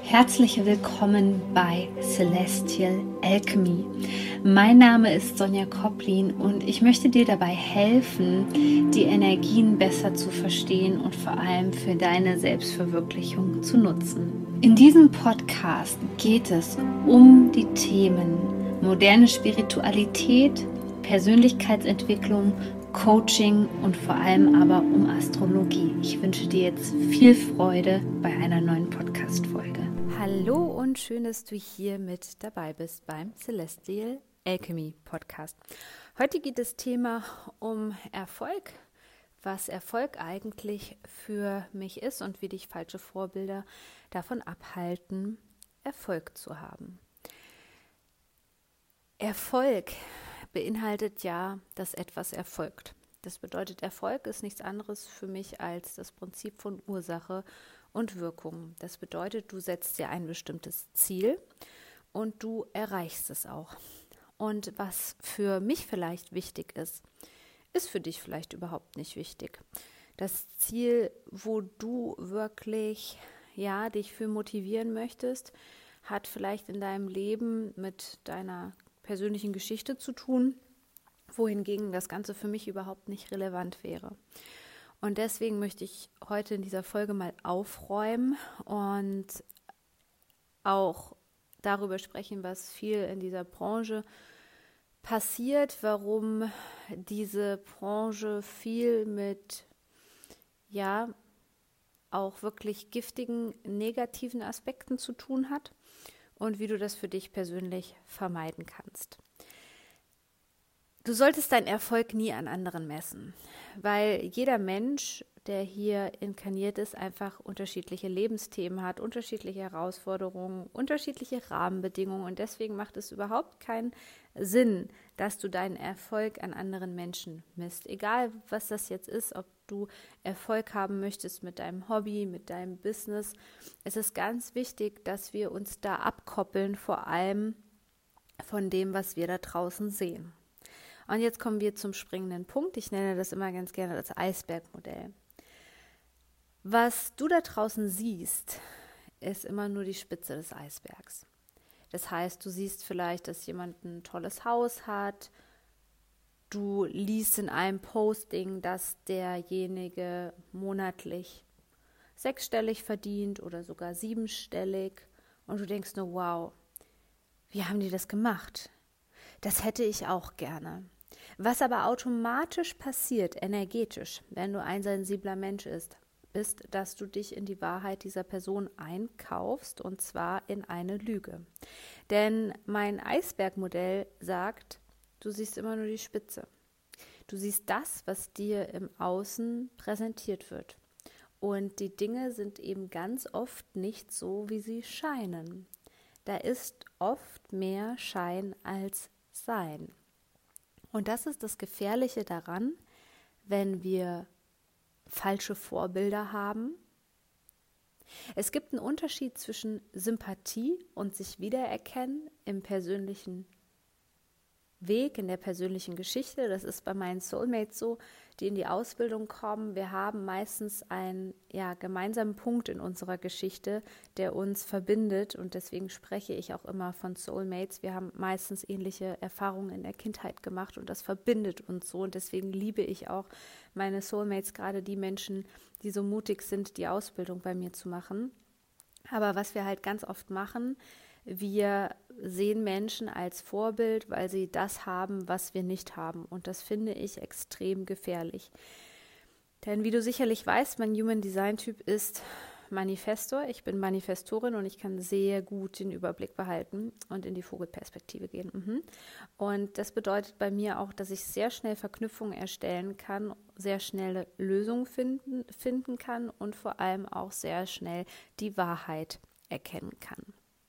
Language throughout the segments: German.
Herzlich willkommen bei Celestial Alchemy. Mein Name ist Sonja Koplin und ich möchte dir dabei helfen, die Energien besser zu verstehen und vor allem für deine Selbstverwirklichung zu nutzen. In diesem Podcast geht es um die Themen moderne Spiritualität, Persönlichkeitsentwicklung, Coaching und vor allem aber um Astrologie. Ich wünsche dir jetzt viel Freude bei einer neuen Podcast-Folge. Hallo und schön, dass du hier mit dabei bist beim Celestial Alchemy Podcast. Heute geht das Thema um Erfolg, was Erfolg eigentlich für mich ist und wie dich falsche Vorbilder davon abhalten, Erfolg zu haben. Erfolg beinhaltet ja, dass etwas erfolgt. Das bedeutet, Erfolg ist nichts anderes für mich als das Prinzip von Ursache und Wirkung. Das bedeutet, du setzt dir ein bestimmtes Ziel und du erreichst es auch. Und was für mich vielleicht wichtig ist, ist für dich vielleicht überhaupt nicht wichtig. Das Ziel, wo du wirklich dich für motivieren möchtest, hat vielleicht in deinem Leben mit deiner persönlichen Geschichte zu tun, wohingegen das Ganze für mich überhaupt nicht relevant wäre. Und deswegen möchte ich heute in dieser Folge mal aufräumen und auch darüber sprechen, was viel in dieser Branche passiert, warum diese Branche viel mit, auch wirklich giftigen, negativen Aspekten zu tun hat und wie du das für dich persönlich vermeiden kannst. Du solltest deinen Erfolg nie an anderen messen, weil jeder Mensch, der hier inkarniert ist, einfach unterschiedliche Lebensthemen hat, unterschiedliche Herausforderungen, unterschiedliche Rahmenbedingungen und deswegen macht es überhaupt keinen Sinn, dass du deinen Erfolg an anderen Menschen misst. Egal, was das jetzt ist, ob du Erfolg haben möchtest mit deinem Hobby, mit deinem Business. Es ist ganz wichtig, dass wir uns da abkoppeln, vor allem von dem, was wir da draußen sehen. Und jetzt kommen wir zum springenden Punkt. Ich nenne das immer ganz gerne das Eisbergmodell. Was du da draußen siehst, ist immer nur die Spitze des Eisbergs. Das heißt, du siehst vielleicht, dass jemand ein tolles Haus hat. Du liest in einem Posting, dass derjenige monatlich 6-stellig verdient oder sogar 7-stellig. Und du denkst nur, wow, wie haben die das gemacht? Das hätte ich auch gerne. Was aber automatisch passiert, energetisch, wenn du ein sensibler Mensch bist, dass du dich in die Wahrheit dieser Person einkaufst und zwar in eine Lüge. Denn mein Eisbergmodell sagt, du siehst immer nur die Spitze. Du siehst das, was dir im Außen präsentiert wird. Und die Dinge sind eben ganz oft nicht so, wie sie scheinen. Da ist oft mehr Schein als Sein. Und das ist das Gefährliche daran, wenn wir falsche Vorbilder haben. Es gibt einen Unterschied zwischen Sympathie und sich wiedererkennen im persönlichen Weg, in der persönlichen Geschichte. Das ist bei meinen Soulmates so, die in die Ausbildung kommen. Wir haben meistens einen gemeinsamen Punkt in unserer Geschichte, der uns verbindet und deswegen spreche ich auch immer von Soulmates. Wir haben meistens ähnliche Erfahrungen in der Kindheit gemacht und das verbindet uns so und deswegen liebe ich auch meine Soulmates, gerade die Menschen, die so mutig sind, die Ausbildung bei mir zu machen. Aber was wir halt ganz oft machen, wir sehen Menschen als Vorbild, weil sie das haben, was wir nicht haben. Und das finde ich extrem gefährlich. Denn wie du sicherlich weißt, mein Human Design Typ ist Manifestor. Ich bin Manifestorin und ich kann sehr gut den Überblick behalten und in die Vogelperspektive gehen. Und das bedeutet bei mir auch, dass ich sehr schnell Verknüpfungen erstellen kann, sehr schnelle Lösungen finden kann und vor allem auch sehr schnell die Wahrheit erkennen kann.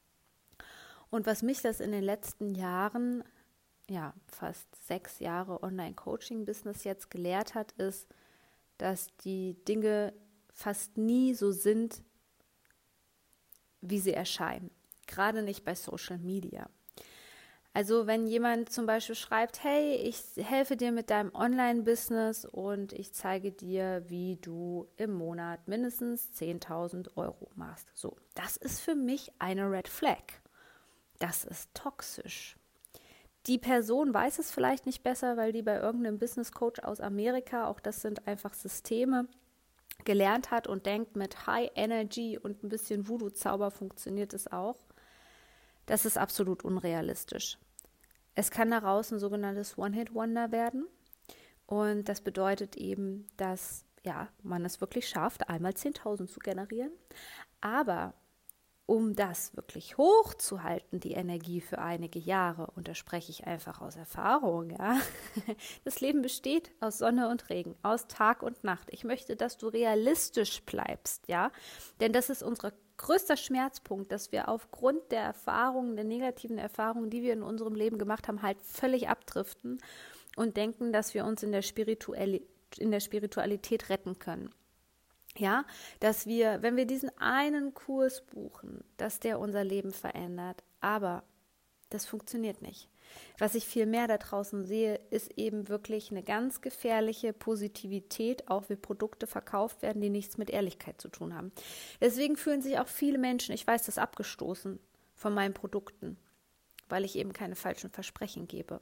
Und was mich das in den letzten Jahren, fast 6 Jahre Online-Coaching-Business jetzt gelehrt hat, ist, dass die Dinge fast nie so sind, wie sie erscheinen. Gerade nicht bei Social Media. Also wenn jemand zum Beispiel schreibt, hey, ich helfe dir mit deinem Online-Business und ich zeige dir, wie du im Monat mindestens 10.000 Euro machst. So, das ist für mich eine Red Flag. Das ist toxisch. Die Person weiß es vielleicht nicht besser, weil die bei irgendeinem Business Coach aus Amerika, auch das sind einfach Systeme, gelernt hat und denkt, mit High Energy und ein bisschen Voodoo-Zauber funktioniert es auch. Das ist absolut unrealistisch. Es kann daraus ein sogenanntes One-Hit-Wonder werden und das bedeutet eben, dass man es wirklich schafft, einmal 10.000 zu generieren, aber um das wirklich hochzuhalten, die Energie für einige Jahre, und da spreche ich einfach aus Erfahrung, ja. Das Leben besteht aus Sonne und Regen, aus Tag und Nacht. Ich möchte, dass du realistisch bleibst, ja, denn das ist unser größter Schmerzpunkt, dass wir aufgrund der Erfahrungen, der negativen Erfahrungen, die wir in unserem Leben gemacht haben, halt völlig abdriften und denken, dass wir uns in der Spiritualität retten können. Ja, dass wir, wenn wir diesen einen Kurs buchen, dass der unser Leben verändert, aber das funktioniert nicht. Was ich viel mehr da draußen sehe, ist eben wirklich eine ganz gefährliche Positivität, auch wie Produkte verkauft werden, die nichts mit Ehrlichkeit zu tun haben. Deswegen fühlen sich auch viele Menschen, ich weiß das, abgestoßen von meinen Produkten, weil ich eben keine falschen Versprechen gebe.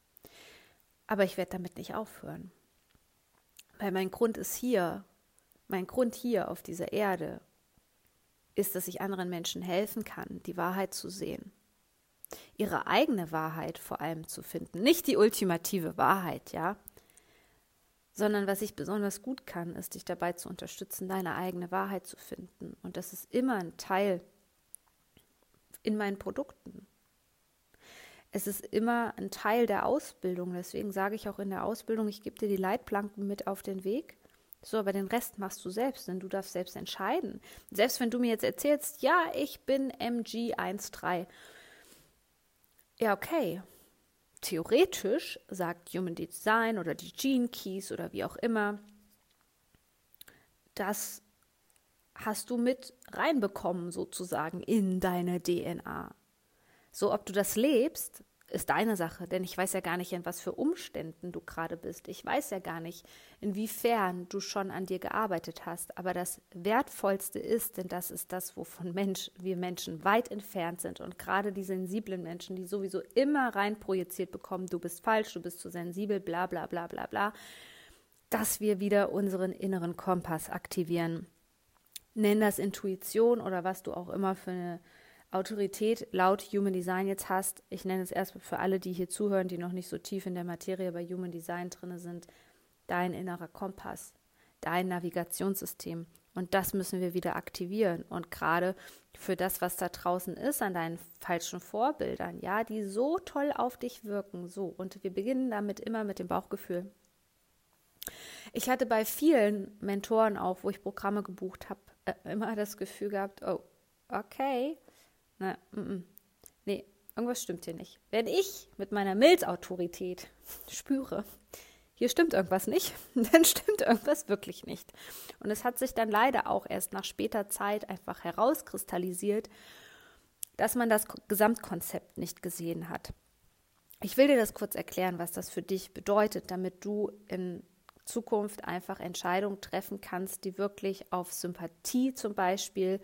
Aber ich werde damit nicht aufhören, weil mein Grund hier auf dieser Erde ist, dass ich anderen Menschen helfen kann, die Wahrheit zu sehen. Ihre eigene Wahrheit vor allem zu finden. Nicht die ultimative Wahrheit, ja. Sondern was ich besonders gut kann, ist, dich dabei zu unterstützen, deine eigene Wahrheit zu finden. Und das ist immer ein Teil in meinen Produkten. Es ist immer ein Teil der Ausbildung. Deswegen sage ich auch in der Ausbildung, ich gebe dir die Leitplanken mit auf den Weg. So, aber den Rest machst du selbst, denn du darfst selbst entscheiden. Selbst wenn du mir jetzt erzählst, ja, ich bin MG13. Ja, okay. Theoretisch sagt Human Design oder die Gene Keys oder wie auch immer, das hast du mit reinbekommen sozusagen in deine DNA. So, ob du das lebst, ist deine Sache, denn ich weiß ja gar nicht, in was für Umständen du gerade bist. Ich weiß ja gar nicht, inwiefern du schon an dir gearbeitet hast. Aber das Wertvollste ist, denn das ist das, wovon wir Menschen weit entfernt sind und gerade die sensiblen Menschen, die sowieso immer rein projiziert bekommen, du bist falsch, du bist zu sensibel, bla bla bla bla bla, dass wir wieder unseren inneren Kompass aktivieren. Nenn das Intuition oder was du auch immer für eine Autorität laut Human Design jetzt hast. Ich nenne es erst für alle, die hier zuhören, die noch nicht so tief in der Materie bei Human Design drin sind, dein innerer Kompass, dein Navigationssystem. Und das müssen wir wieder aktivieren. Und gerade für das, was da draußen ist, an deinen falschen Vorbildern, ja, die so toll auf dich wirken. So, und wir beginnen damit immer mit dem Bauchgefühl. Ich hatte bei vielen Mentoren auch, wo ich Programme gebucht habe, immer das Gefühl gehabt, oh, okay, nee, irgendwas stimmt hier nicht. Wenn ich mit meiner Milzautorität spüre, hier stimmt irgendwas nicht, dann stimmt irgendwas wirklich nicht. Und es hat sich dann leider auch erst nach später Zeit einfach herauskristallisiert, dass man das Gesamtkonzept nicht gesehen hat. Ich will dir das kurz erklären, was das für dich bedeutet, damit du in Zukunft einfach Entscheidungen treffen kannst, die wirklich auf Sympathie zum Beispiel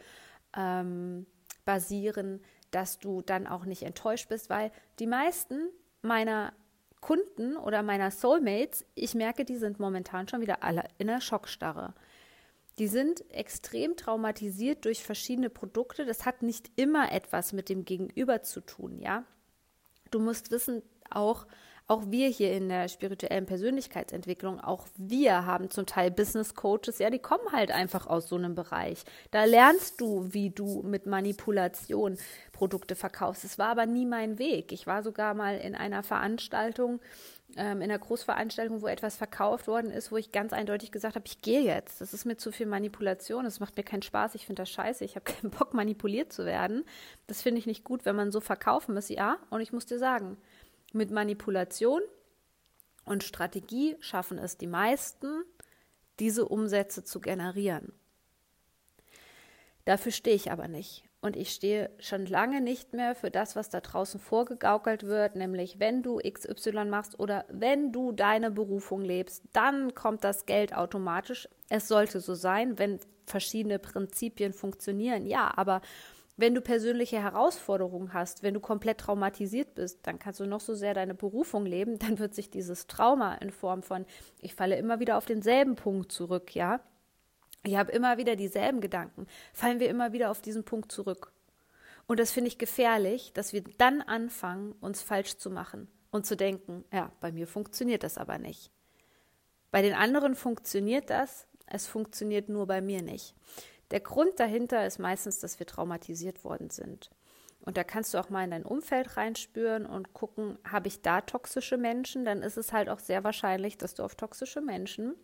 basieren, dass du dann auch nicht enttäuscht bist, weil die meisten meiner Kunden oder meiner Soulmates, ich merke, die sind momentan schon wieder alle in der Schockstarre. Die sind extrem traumatisiert durch verschiedene Produkte. Das hat nicht immer etwas mit dem Gegenüber zu tun, ja. Du musst wissen, auch wir hier in der spirituellen Persönlichkeitsentwicklung, auch wir haben zum Teil Business Coaches, ja, die kommen halt einfach aus so einem Bereich. Da lernst du, wie du mit Manipulation Produkte verkaufst. Es war aber nie mein Weg. Ich war sogar mal in einer Veranstaltung, in einer Großveranstaltung, wo etwas verkauft worden ist, wo ich ganz eindeutig gesagt habe, ich gehe jetzt. Das ist mir zu viel Manipulation, das macht mir keinen Spaß, ich finde das scheiße, ich habe keinen Bock, manipuliert zu werden. Das finde ich nicht gut, wenn man so verkaufen muss, ja. Und ich muss dir sagen, mit Manipulation und Strategie schaffen es die meisten, diese Umsätze zu generieren. Dafür stehe ich aber nicht. Und ich stehe schon lange nicht mehr für das, was da draußen vorgegaukelt wird, nämlich wenn du XY machst oder wenn du deine Berufung lebst, dann kommt das Geld automatisch. Es sollte so sein, wenn verschiedene Prinzipien funktionieren, ja, aber wenn du persönliche Herausforderungen hast, wenn du komplett traumatisiert bist, dann kannst du noch so sehr deine Berufung leben, dann wird sich dieses Trauma in Form von, ich falle immer wieder auf denselben Punkt zurück, ja, ich habe immer wieder dieselben Gedanken, fallen wir immer wieder auf diesen Punkt zurück. Und das finde ich gefährlich, dass wir dann anfangen, uns falsch zu machen und zu denken, ja, bei mir funktioniert das aber nicht. Bei den anderen funktioniert das, es funktioniert nur bei mir nicht. Der Grund dahinter ist meistens, dass wir traumatisiert worden sind. Und da kannst du auch mal in dein Umfeld reinspüren und gucken, habe ich da toxische Menschen? Dann ist es halt auch sehr wahrscheinlich, dass du auf toxische Menschen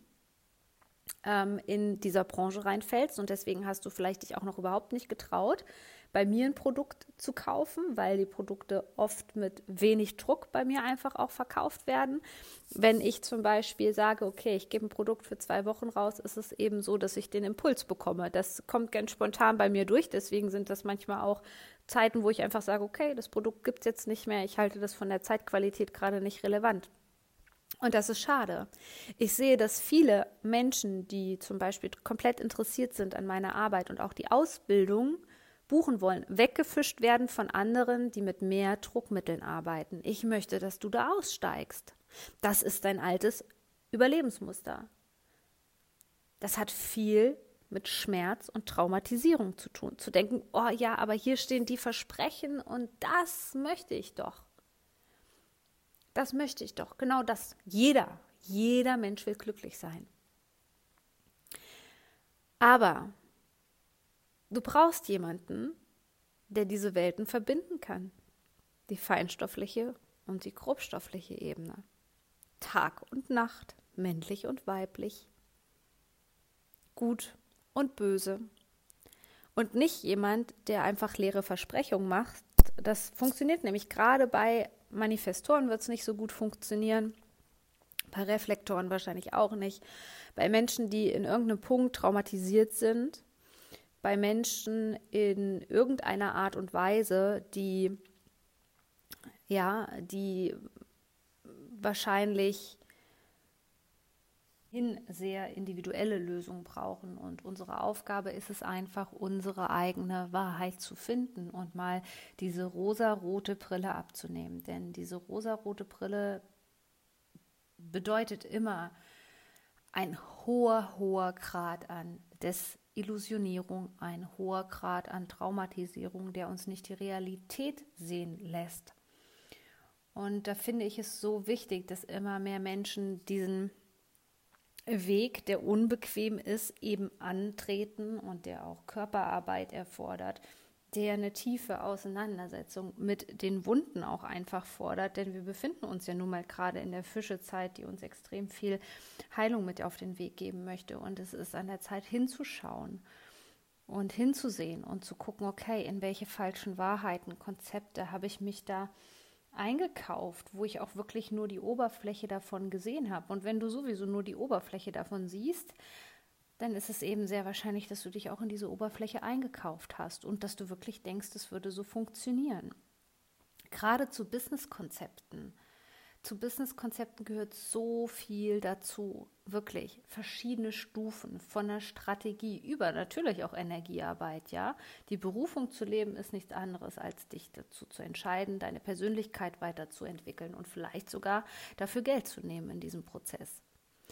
in dieser Branche reinfällst und deswegen hast du vielleicht dich auch noch überhaupt nicht getraut, bei mir ein Produkt zu kaufen, weil die Produkte oft mit wenig Druck bei mir einfach auch verkauft werden. Wenn ich zum Beispiel sage, okay, ich gebe ein Produkt für 2 Wochen raus, ist es eben so, dass ich den Impuls bekomme. Das kommt ganz spontan bei mir durch, deswegen sind das manchmal auch Zeiten, wo ich einfach sage, okay, das Produkt gibt es jetzt nicht mehr, ich halte das von der Zeitqualität gerade nicht relevant. Und das ist schade. Ich sehe, dass viele Menschen, die zum Beispiel komplett interessiert sind an meiner Arbeit und auch die Ausbildung buchen wollen, weggefischt werden von anderen, die mit mehr Druckmitteln arbeiten. Ich möchte, dass du da aussteigst. Das ist dein altes Überlebensmuster. Das hat viel mit Schmerz und Traumatisierung zu tun. Zu denken, oh ja, aber hier stehen die Versprechen und das möchte ich doch. Das möchte ich doch, genau das. Jeder Mensch will glücklich sein. Aber du brauchst jemanden, der diese Welten verbinden kann. Die feinstoffliche und die grobstoffliche Ebene. Tag und Nacht, männlich und weiblich. Gut und böse. Und nicht jemand, der einfach leere Versprechungen macht. Das funktioniert nämlich gerade bei Manifestoren wird es nicht so gut funktionieren, bei Reflektoren wahrscheinlich auch nicht, bei Menschen, die in irgendeinem Punkt traumatisiert sind, bei Menschen in irgendeiner Art und Weise, die wahrscheinlich sehr individuelle Lösungen brauchen. Und unsere Aufgabe ist es einfach, unsere eigene Wahrheit zu finden und mal diese rosarote Brille abzunehmen. Denn diese rosarote Brille bedeutet immer ein hoher Grad an Desillusionierung, ein hoher Grad an Traumatisierung, der uns nicht die Realität sehen lässt. Und da finde ich es so wichtig, dass immer mehr Menschen diesen Weg, der unbequem ist, eben antreten und der auch Körperarbeit erfordert, der eine tiefe Auseinandersetzung mit den Wunden auch einfach fordert, denn wir befinden uns ja nun mal gerade in der Fischezeit, die uns extrem viel Heilung mit auf den Weg geben möchte und es ist an der Zeit hinzuschauen und hinzusehen und zu gucken, okay, in welche falschen Wahrheiten, Konzepte habe ich mich da eingekauft, wo ich auch wirklich nur die Oberfläche davon gesehen habe. Und wenn du sowieso nur die Oberfläche davon siehst, dann ist es eben sehr wahrscheinlich, dass du dich auch in diese Oberfläche eingekauft hast und dass du wirklich denkst, es würde so funktionieren. Gerade zu Businesskonzepten. Zu Businesskonzepten gehört so viel dazu, wirklich verschiedene Stufen von der Strategie über natürlich auch Energiearbeit, ja. Die Berufung zu leben ist nichts anderes, als dich dazu zu entscheiden, deine Persönlichkeit weiterzuentwickeln und vielleicht sogar dafür Geld zu nehmen in diesem Prozess.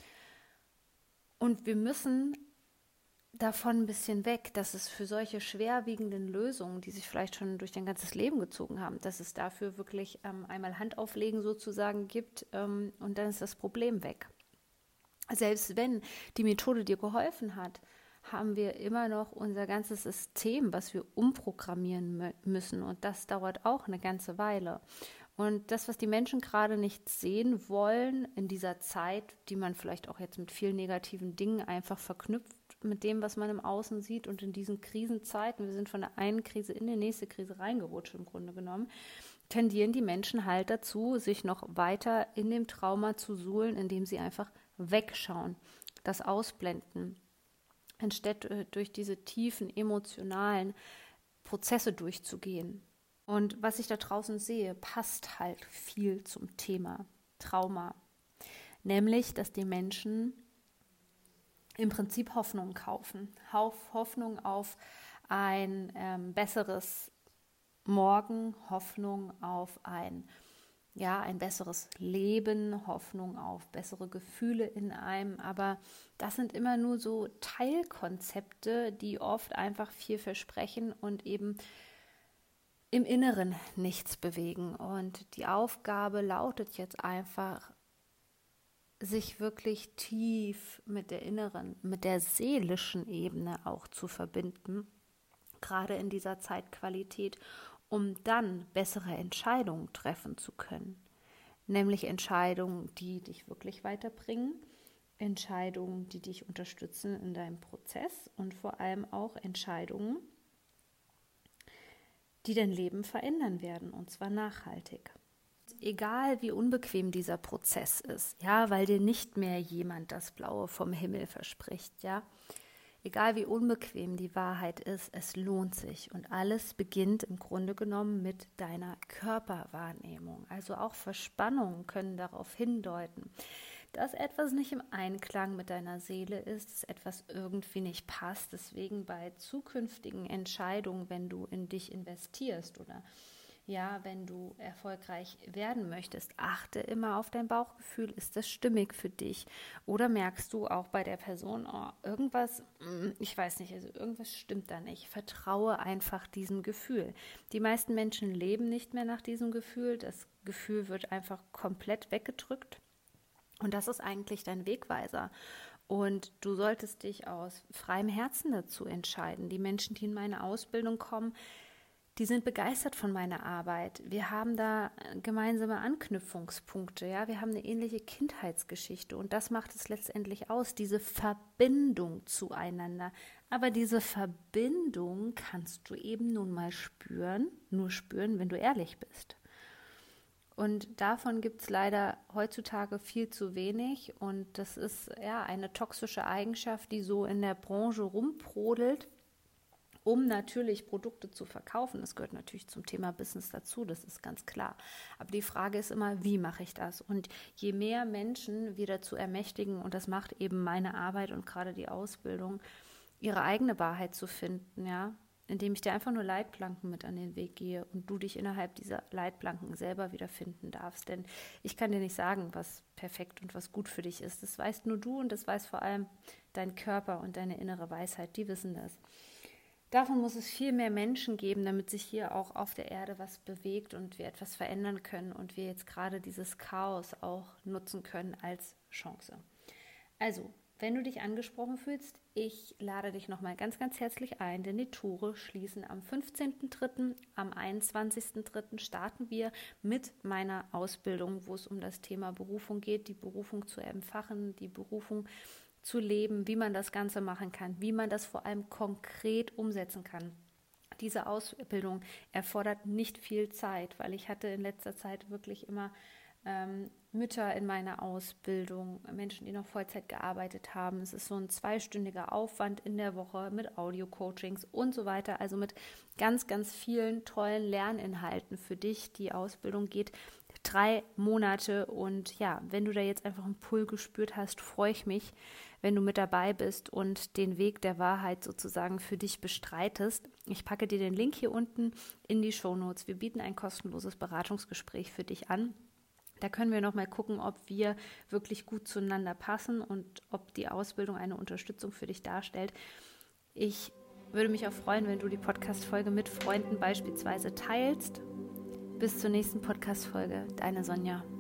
Und wir müssen davon ein bisschen weg, dass es für solche schwerwiegenden Lösungen, die sich vielleicht schon durch dein ganzes Leben gezogen haben, dass es dafür wirklich einmal Hand auflegen sozusagen gibt und dann ist das Problem weg. Selbst wenn die Methode dir geholfen hat, haben wir immer noch unser ganzes System, was wir umprogrammieren müssen und das dauert auch eine ganze Weile. Und das, was die Menschen gerade nicht sehen wollen in dieser Zeit, die man vielleicht auch jetzt mit vielen negativen Dingen einfach verknüpft mit dem, was man im Außen sieht und in diesen Krisenzeiten, wir sind von der einen Krise in die nächste Krise reingerutscht im Grunde genommen, tendieren die Menschen halt dazu, sich noch weiter in dem Trauma zu suhlen, indem sie einfach wegschauen, das ausblenden, anstatt durch diese tiefen emotionalen Prozesse durchzugehen. Und was ich da draußen sehe, passt halt viel zum Thema Trauma. Nämlich, dass die Menschen im Prinzip Hoffnung kaufen. Hoffnung auf ein besseres Morgen, Hoffnung auf ein besseres Leben, Hoffnung auf bessere Gefühle in einem. Aber das sind immer nur so Teilkonzepte, die oft einfach viel versprechen und eben im Inneren nichts bewegen. Und die Aufgabe lautet jetzt einfach, sich wirklich tief mit der inneren, mit der seelischen Ebene auch zu verbinden, gerade in dieser Zeitqualität, um dann bessere Entscheidungen treffen zu können. Nämlich Entscheidungen, die dich wirklich weiterbringen, Entscheidungen, die dich unterstützen in deinem Prozess und vor allem auch Entscheidungen, die dein Leben verändern werden, und zwar nachhaltig. Egal wie unbequem dieser Prozess ist, ja, weil dir nicht mehr jemand das Blaue vom Himmel verspricht, ja. Egal wie unbequem die Wahrheit ist, es lohnt sich. Und alles beginnt im Grunde genommen mit deiner Körperwahrnehmung. Also auch Verspannungen können darauf hindeuten, dass etwas nicht im Einklang mit deiner Seele ist, dass etwas irgendwie nicht passt. Deswegen bei zukünftigen Entscheidungen, wenn du in dich investierst oder wenn du erfolgreich werden möchtest, achte immer auf dein Bauchgefühl. Ist das stimmig für dich? Oder merkst du auch bei der Person, irgendwas, ich weiß nicht, also irgendwas stimmt da nicht. Vertraue einfach diesem Gefühl. Die meisten Menschen leben nicht mehr nach diesem Gefühl. Das Gefühl wird einfach komplett weggedrückt. Und das ist eigentlich dein Wegweiser. Und du solltest dich aus freiem Herzen dazu entscheiden. Die Menschen, die in meine Ausbildung kommen, die sind begeistert von meiner Arbeit. Wir haben da gemeinsame Anknüpfungspunkte, ja. Wir haben eine ähnliche Kindheitsgeschichte und das macht es letztendlich aus, diese Verbindung zueinander. Aber diese Verbindung kannst du eben nun mal nur spüren, wenn du ehrlich bist. Und davon gibt es leider heutzutage viel zu wenig und das ist eine toxische Eigenschaft, die so in der Branche rumbrodelt, um natürlich Produkte zu verkaufen. Das gehört natürlich zum Thema Business dazu, das ist ganz klar. Aber die Frage ist immer, wie mache ich das? Und je mehr Menschen wir dazu ermächtigen, und das macht eben meine Arbeit und gerade die Ausbildung, ihre eigene Wahrheit zu finden, ja, indem ich dir einfach nur Leitplanken mit an den Weg gehe und du dich innerhalb dieser Leitplanken selber wiederfinden darfst. Denn ich kann dir nicht sagen, was perfekt und was gut für dich ist. Das weißt nur du und das weiß vor allem dein Körper und deine innere Weisheit, die wissen das. Davon muss es viel mehr Menschen geben, damit sich hier auch auf der Erde was bewegt und wir etwas verändern können und wir jetzt gerade dieses Chaos auch nutzen können als Chance. Also, wenn du dich angesprochen fühlst, ich lade dich nochmal ganz, ganz herzlich ein, denn die Tore schließen am 15.03., am 21.03. starten wir mit meiner Ausbildung, wo es um das Thema Berufung geht, die Berufung zu empfachen, die Berufung zu leben, wie man das Ganze machen kann, wie man das vor allem konkret umsetzen kann. Diese Ausbildung erfordert nicht viel Zeit, weil ich hatte in letzter Zeit wirklich immer Mütter in meiner Ausbildung, Menschen, die noch Vollzeit gearbeitet haben. Es ist so ein 2-stündiger Aufwand in der Woche mit Audio-Coachings und so weiter, also mit ganz, ganz vielen tollen Lerninhalten für dich. Die Ausbildung geht 3 Monate und ja, wenn du da jetzt einfach einen Pull gespürt hast, freue ich mich, wenn du mit dabei bist und den Weg der Wahrheit sozusagen für dich bestreitest. Ich packe dir den Link hier unten in die Shownotes. Wir bieten ein kostenloses Beratungsgespräch für dich an. Da können wir nochmal gucken, ob wir wirklich gut zueinander passen und ob die Ausbildung eine Unterstützung für dich darstellt. Ich würde mich auch freuen, wenn du die Podcast-Folge mit Freunden beispielsweise teilst. Bis zur nächsten Podcast-Folge. Deine Sonja.